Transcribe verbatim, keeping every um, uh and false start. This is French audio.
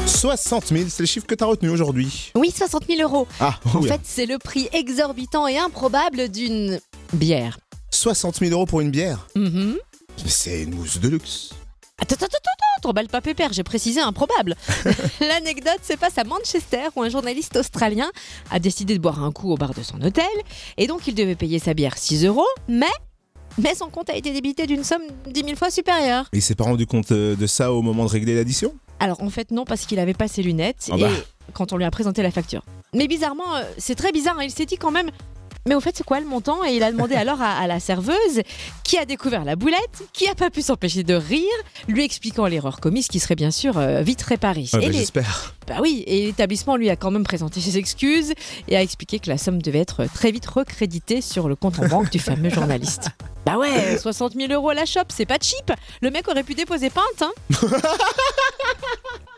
soixante mille, c'est le chiffre que tu as retenu aujourd'hui. Oui, soixante mille euros. Ah, En oui. fait, c'est le prix exorbitant et improbable d'une bière. soixante mille euros pour une bière. Mhm. C'est une mousse de luxe. Attends, attends, attends, attends, t'emballes pas pépère, j'ai précisé improbable. L'anecdote se passe à Manchester où un journaliste australien a décidé de boire un coup au bar de son hôtel et donc il devait payer sa bière six euros, mais, mais son compte a été débité d'une somme dix mille fois supérieure. Et il s'est pas rendu compte euh, de ça au moment de régler l'addition? Alors en fait non, parce qu'il avait pas ses lunettes Ah bah. et quand on lui a présenté la facture. Mais bizarrement, euh, c'est très bizarre, hein, il s'est dit quand même... Mais au fait, c'est quoi le montant? Et il a demandé alors à, à la serveuse, qui a découvert la boulette, qui a pas pu s'empêcher de rire, lui expliquant l'erreur commise, qui serait bien sûr euh, vite réparée. Ah Et bah, les- J'espère. Bah oui, et l'établissement lui a quand même présenté ses excuses et a expliqué que la somme devait être très vite recréditée sur le compte en banque du fameux journaliste. Bah ouais, soixante mille euros à la chope, c'est pas cheap. Le mec aurait pu déposer plainte, hein.